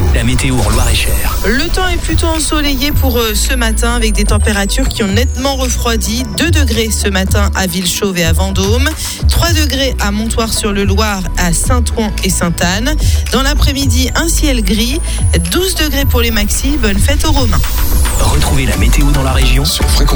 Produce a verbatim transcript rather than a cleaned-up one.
la météo en Loir-et-Cher. Le temps est plutôt ensoleillé pour ce matin avec des températures qui ont nettement refroidi. deux degrés ce matin à Villechauve et à Vendôme. trois degrés à Montoire-sur-le-Loir, à Saint-Ouen et Sainte-Anne. Dans l'après-midi, un ciel gris. douze degrés pour les maxis. Bonne fête aux Romains. Retrouvez la météo dans la région sur Fréquence.